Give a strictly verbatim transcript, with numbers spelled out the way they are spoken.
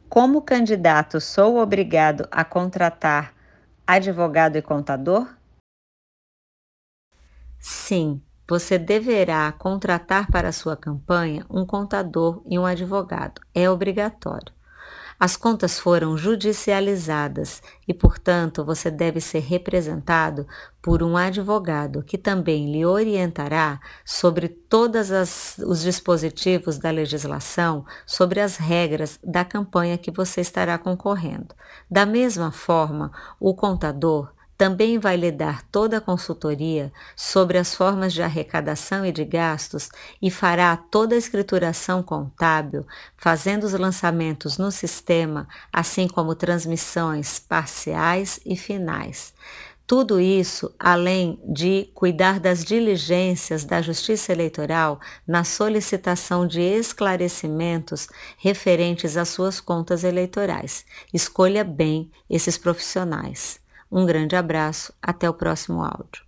Como candidato, sou obrigado a contratar advogado e contador? Sim, você deverá contratar para a sua campanha um contador e um advogado. É obrigatório. As contas foram judicializadas e, portanto, você deve ser representado por um advogado que também lhe orientará sobre todos os dispositivos da legislação, sobre as regras da campanha que você estará concorrendo. Da mesma forma, o contador também vai lhe dar toda a consultoria sobre as formas de arrecadação e de gastos e fará toda a escrituração contábil, fazendo os lançamentos no sistema, assim como transmissões parciais e finais. Tudo isso além de cuidar das diligências da Justiça Eleitoral na solicitação de esclarecimentos referentes às suas contas eleitorais. Escolha bem esses profissionais. Um grande abraço, até o próximo áudio.